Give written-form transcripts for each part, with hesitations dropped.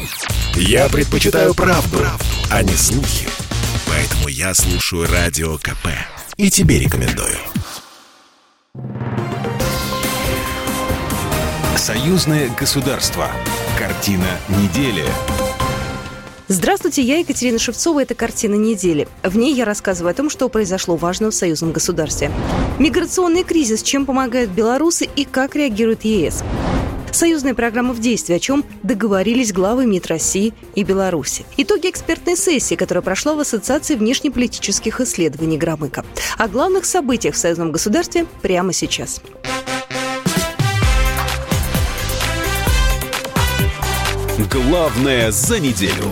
Я предпочитаю правду, а не слухи. Поэтому я слушаю Радио КП. И тебе рекомендую. Союзное государство. Картина недели. Здравствуйте, я Екатерина Шевцова. Это «Картина недели». В ней я рассказываю о том, что произошло важного в союзном государстве. Миграционный кризис, чем помогают белорусы и как реагирует ЕС. Союзная программа в действии, о чем договорились главы МИД России и Беларуси. Итоги экспертной сессии, которая прошла в Ассоциации внешнеполитических исследований Громыко. О главных событиях в союзном государстве прямо сейчас. Главное за неделю.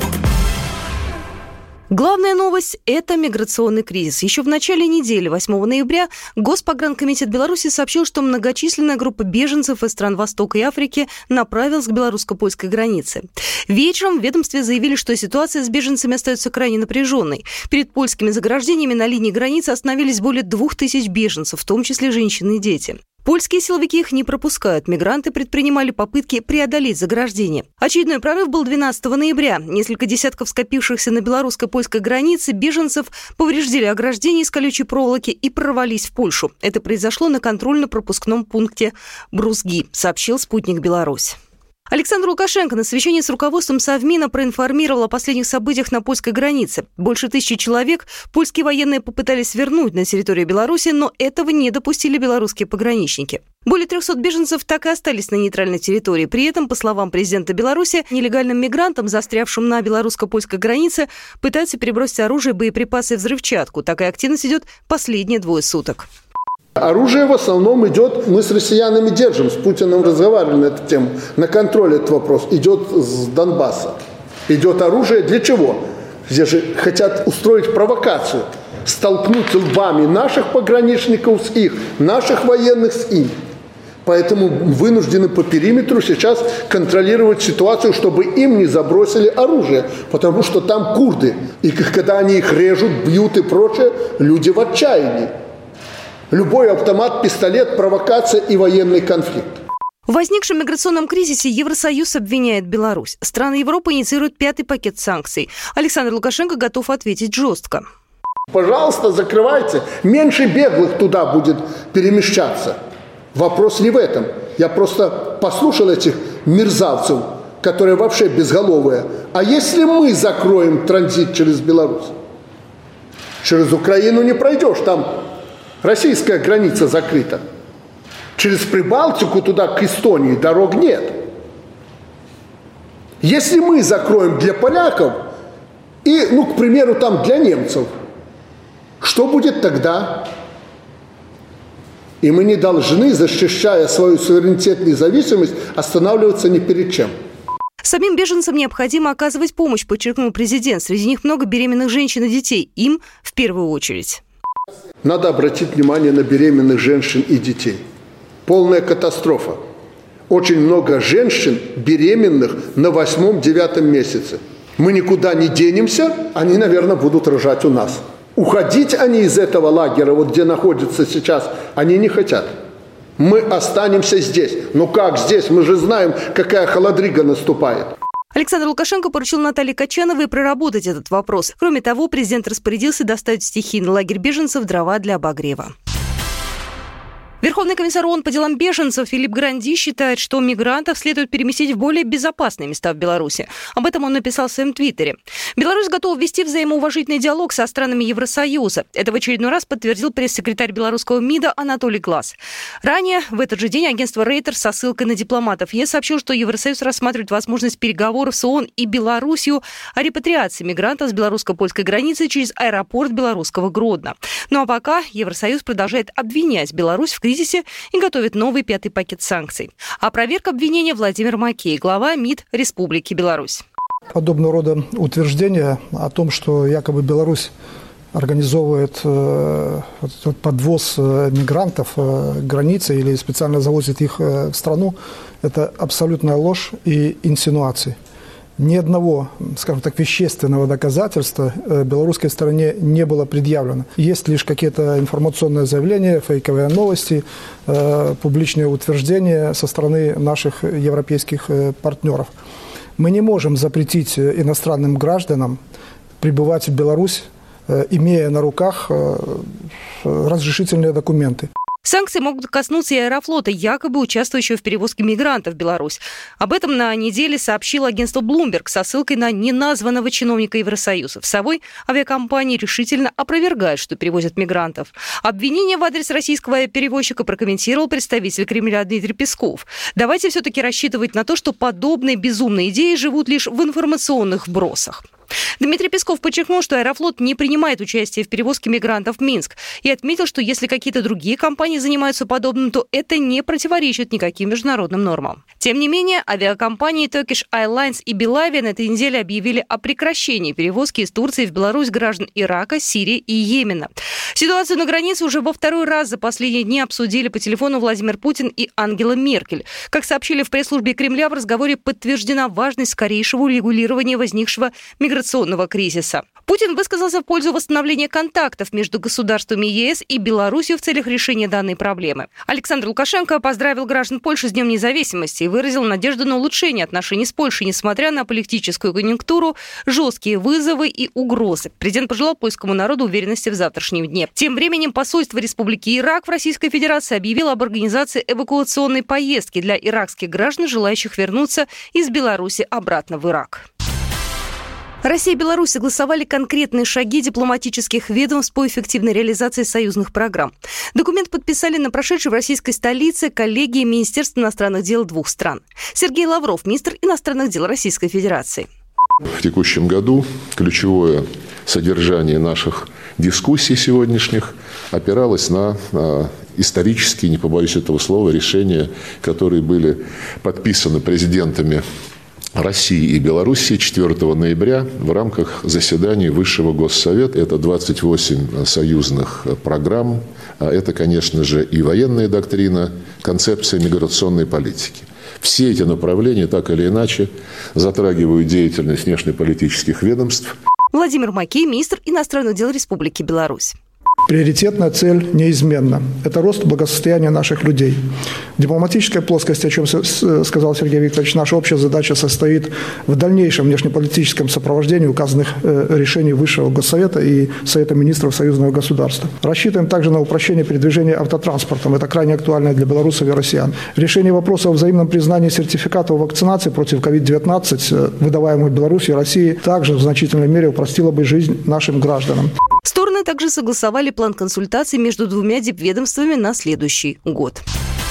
Главная новость – это миграционный кризис. Еще в начале недели, 8 ноября, Госпогранкомитет Беларуси сообщил, что многочисленная группа беженцев из стран Востока и Африки направилась к белорусско-польской границе. Вечером в ведомстве заявили, что ситуация с беженцами остается крайне напряженной. Перед польскими заграждениями на линии границы остановились более 2000 беженцев, в том числе женщины и дети. Польские силовики их не пропускают. Мигранты предпринимали попытки преодолеть заграждение. Очередной прорыв был 12 ноября. Несколько десятков скопившихся на белорусско-польской границе беженцев повреждили ограждение из колючей проволоки и прорвались в Польшу. Это произошло на контрольно-пропускном пункте Брузги, сообщил «Спутник Беларусь». Александр Лукашенко на совещании с руководством Совмина проинформировал о последних событиях на польской границе. Больше 1000 человек польские военные попытались вернуть на территорию Беларуси, но этого не допустили белорусские пограничники. Более 300 беженцев так и остались на нейтральной территории. При этом, по словам президента Беларуси, нелегальным мигрантам, застрявшим на белорусско-польской границе, пытаются перебросить оружие, боеприпасы и взрывчатку. Такая активность идет последние 2 суток. Оружие в основном идет, мы с россиянами держим, с Путиным разговаривали на эту тему, на контроле этот вопрос, идет с Донбасса. Идет оружие для чего? Здесь же хотят устроить провокацию, столкнуть лбами наших пограничников с их, наших военных с им. Поэтому вынуждены по периметру сейчас контролировать ситуацию, чтобы им не забросили оружие, потому что там курды. И когда они их режут, бьют и прочее, люди в отчаянии. Любой автомат, пистолет, провокация и военный конфликт. В возникшем миграционном кризисе Евросоюз обвиняет Беларусь. Страны Европы инициируют 5-й пакет санкций. Александр Лукашенко готов ответить жестко. Пожалуйста, закрывайте. Меньше беглых туда будет перемещаться. Вопрос не в этом. Я просто послушал этих мерзавцев, которые вообще безголовые. А если мы закроем транзит через Беларусь? Через Украину не пройдешь, там российская граница закрыта. Через Прибалтику туда, к Эстонии, дорог нет. Если мы закроем для поляков и, к примеру, там для немцев, что будет тогда? И мы не должны, защищая свою суверенитет и независимость, останавливаться ни перед чем. Самим беженцам необходимо оказывать помощь, подчеркнул президент. Среди них много беременных женщин и детей. Им в первую очередь. Надо обратить внимание на беременных женщин и детей. Полная катастрофа. Очень много женщин беременных на 8-9 месяце. Мы никуда не денемся, они, наверное, будут рожать у нас. Уходить они из этого лагеря, вот где находятся сейчас, они не хотят. Мы останемся здесь. Ну как здесь? Мы же знаем, какая холодрыга наступает. Александр Лукашенко поручил Наталье Качановой проработать этот вопрос. Кроме того, президент распорядился доставить в стихийный лагерь беженцев дрова для обогрева. Верховный комиссар ООН по делам беженцев Филипп Гранди считает, что мигрантов следует переместить в более безопасные места в Беларуси. Об этом он написал в своем твиттере. Беларусь готова вести взаимоуважительный диалог со странами Евросоюза. Это в очередной раз подтвердил пресс-секретарь белорусского МИДа Анатолий Глаз. Ранее, в этот же день, агентство Reuters со ссылкой на дипломатов ЕС сообщил, что Евросоюз рассматривает возможность переговоров с ООН и Белоруссию о репатриации мигрантов с белорусско-польской границы через аэропорт белорусского Гродно. Ну а пока Евросоюз продолжает обвинять Беларусь в кризисе и готовит новый 5-й пакет санкций. Опроверг обвинения Владимир Макей, глава МИД Республики Беларусь. Подобного рода утверждения о том, что якобы Беларусь организовывает подвоз мигрантов к границе или специально завозит их в страну, это абсолютная ложь и инсинуации. Ни одного, скажем так, вещественного доказательства белорусской стороне не было предъявлено. Есть лишь какие-то информационные заявления, фейковые новости, публичные утверждения со стороны наших европейских партнеров. Мы не можем запретить иностранным гражданам прибывать в Беларусь, имея на руках разрешительные документы. Санкции могут коснуться и Аэрофлота, якобы участвующего в перевозке мигрантов в Беларусь. Об этом на неделе сообщило агентство Bloomberg со ссылкой на неназванного чиновника Евросоюза. В совой авиакомпании решительно опровергают, что перевозят мигрантов. Обвинение в адрес российского перевозчика прокомментировал представитель Кремля Дмитрий Песков. Давайте все-таки рассчитывать на то, что подобные безумные идеи живут лишь в информационных вбросах. Дмитрий Песков подчеркнул, что Аэрофлот не принимает участие в перевозке мигрантов в Минск и отметил, что если какие-то другие компании занимаются подобным, то это не противоречит никаким международным нормам. Тем не менее, авиакомпании Turkish Airlines и Belavia на этой неделе объявили о прекращении перевозки из Турции в Беларусь граждан Ирака, Сирии и Йемена. Ситуацию на границе уже во второй раз за последние дни обсудили по телефону Владимир Путин и Ангела Меркель. Как сообщили в пресс-службе Кремля, в разговоре подтверждена важность скорейшего урегулирования возникшего миграционного кризиса. Путин высказался в пользу восстановления контактов между государствами ЕС и Беларусью в целях решения данной проблемы. Александр Лукашенко поздравил граждан Польши с Днем независимости и выразил надежду на улучшение отношений с Польшей, несмотря на политическую конъюнктуру, жесткие вызовы и угрозы. Президент пожелал польскому народу уверенности в завтрашнем дне. Тем временем посольство Республики Ирак в Российской Федерации объявило об организации эвакуационной поездки для иракских граждан, желающих вернуться из Беларуси обратно в Ирак. Россия и Беларусь согласовали конкретные шаги дипломатических ведомств по эффективной реализации союзных программ. Документ подписали на прошедшей в российской столице коллегии Министерств иностранных дел двух стран. Сергей Лавров, министр иностранных дел Российской Федерации. В текущем году ключевое содержание наших дискуссий сегодняшних опиралось на исторические, не побоюсь этого слова, решения, которые были подписаны президентами России и Белоруссии 4 ноября в рамках заседаний Высшего Госсовета. Это 28 союзных программ. Это, конечно же, и военная доктрина, концепция миграционной политики. Все эти направления, так или иначе, затрагивают деятельность внешнеполитических ведомств. Владимир Макей, министр иностранных дел Республики Беларусь. Приоритетная цель неизменна. Это рост благосостояния наших людей. В дипломатической плоскости, о чем сказал Сергей Викторович, наша общая задача состоит в дальнейшем внешнеполитическом сопровождении указанных решений Высшего Госсовета и Совета министров союзного государства. Рассчитываем также на упрощение передвижения автотранспортом. Это крайне актуально для белорусов и россиян. Решение вопроса о взаимном признании сертификатов вакцинации против COVID-19, выдаваемых Беларусью и России, также в значительной мере упростило бы жизнь нашим гражданам. Стороны также согласовали план консультаций между двумя дипведомствами на следующий год.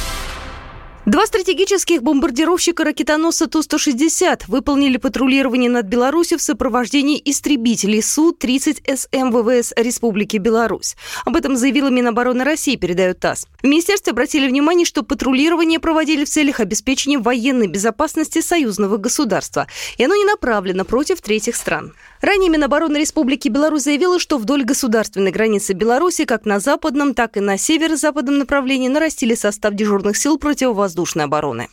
2 стратегических бомбардировщика-ракетоносца Ту-160 выполнили патрулирование над Беларусью в сопровождении истребителей Су-30СМ ВВС Республики Беларусь. Об этом заявила Минобороны России, передает ТАСС. В министерстве обратили внимание, что патрулирование проводили в целях обеспечения военной безопасности союзного государства, и оно не направлено против третьих стран. Ранее Минобороны Республики Беларусь заявила, что вдоль государственной границы Беларуси как на западном, так и на северо-западном направлении нарастили состав дежурных сил противовоздушной обороны.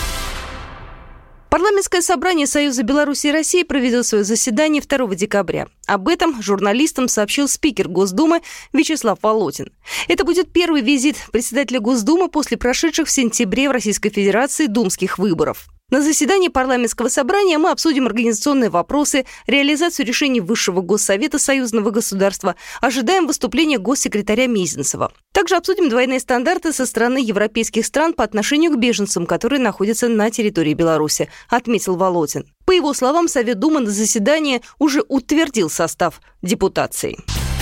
Парламентское собрание Союза Беларуси и России проведет свое заседание 2 декабря. Об этом журналистам сообщил спикер Госдумы Вячеслав Володин. Это будет первый визит председателя Госдумы после прошедших в сентябре в Российской Федерации думских выборов. На заседании парламентского собрания мы обсудим организационные вопросы, реализацию решений Высшего Госсовета союзного государства, ожидаем выступления госсекретаря Мезенцева. Также обсудим двойные стандарты со стороны европейских стран по отношению к беженцам, которые находятся на территории Беларуси, отметил Володин. По его словам, Совет Думы на заседании уже утвердил состав депутации.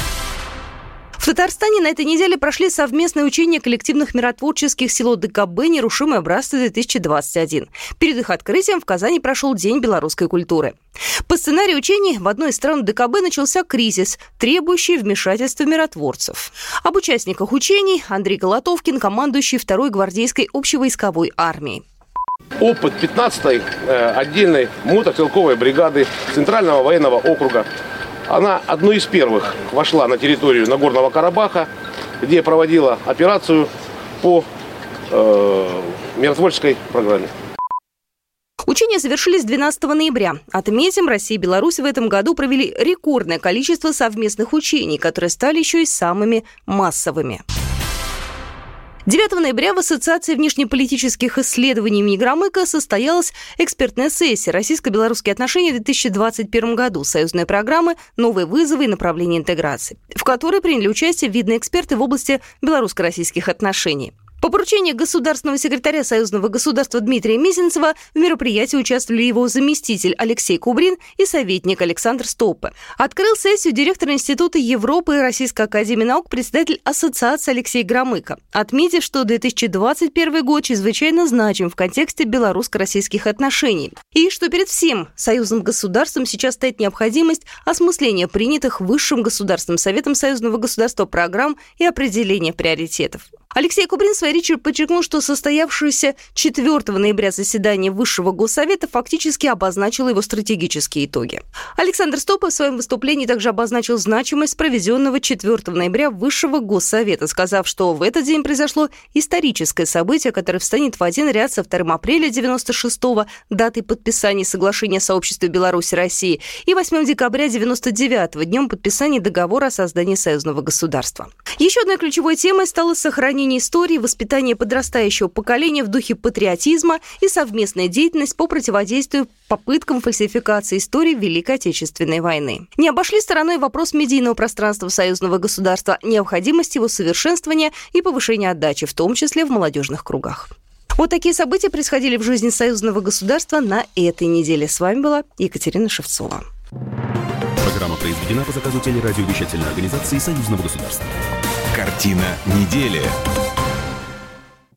В Татарстане на этой неделе прошли совместные учения коллективных миротворческих сил ОДКБ «Нерушимые братства-2021». Перед их открытием в Казани прошел День белорусской культуры. По сценарию учений в одной из стран ОДКБ начался кризис, требующий вмешательства миротворцев. Об участниках учений Андрей Колотовкин, командующий 2-й гвардейской общевойсковой армией. Опыт 15-й отдельной мотострелковой бригады Центрального военного округа. Она одной из первых вошла на территорию Нагорного Карабаха, где проводила операцию по миротворческой программе. Учения завершились 12 ноября. Отметим, Россия и Беларусь в этом году провели рекордное количество совместных учений, которые стали еще и самыми массовыми. 9 ноября в Ассоциации внешнеполитических исследований имени Громыка состоялась экспертная сессия «Российско-белорусские отношения в 2021 году. Союзные программы, новые вызовы и направления интеграции», в которой приняли участие видные эксперты в области белорусско-российских отношений. По поручению государственного секретаря Союзного государства Дмитрия Мезенцева в мероприятии участвовали его заместитель Алексей Кубрин и советник Александр Стопе. Открыл сессию директор Института Европы и Российской академии наук, председатель Ассоциации Алексей Громыко, отметив, что 2021 год чрезвычайно значим в контексте белорусско-российских отношений и что перед всем союзным государством сейчас стоит необходимость осмысления принятых Высшим государственным советом союзного государства программ и определения приоритетов. Алексей Кубрин в своей речи подчеркнул, что состоявшееся 4 ноября заседание Высшего Госсовета фактически обозначило его стратегические итоги. Александр Стопе в своем выступлении также обозначил значимость проведенного 4 ноября Высшего Госсовета, сказав, что в этот день произошло историческое событие, которое встанет в один ряд со 2 апреля 1996-го, датой подписания соглашения о сообществе Беларуси и России, и 8 декабря 1999-го, днем подписания договора о создании союзного государства. Еще одной ключевой темой стало сохранение истории, воспитание подрастающего поколения в духе патриотизма и совместная деятельность по противодействию попыткам фальсификации истории Великой Отечественной войны. Не обошли стороной вопрос медийного пространства союзного государства, необходимость его совершенствования и повышения отдачи, в том числе в молодежных кругах. Вот такие события происходили в жизни союзного государства на этой неделе. С вами была Екатерина Шевцова. Программа произведена по заказу телерадиовещательной организации Союзного государства. Картина недели.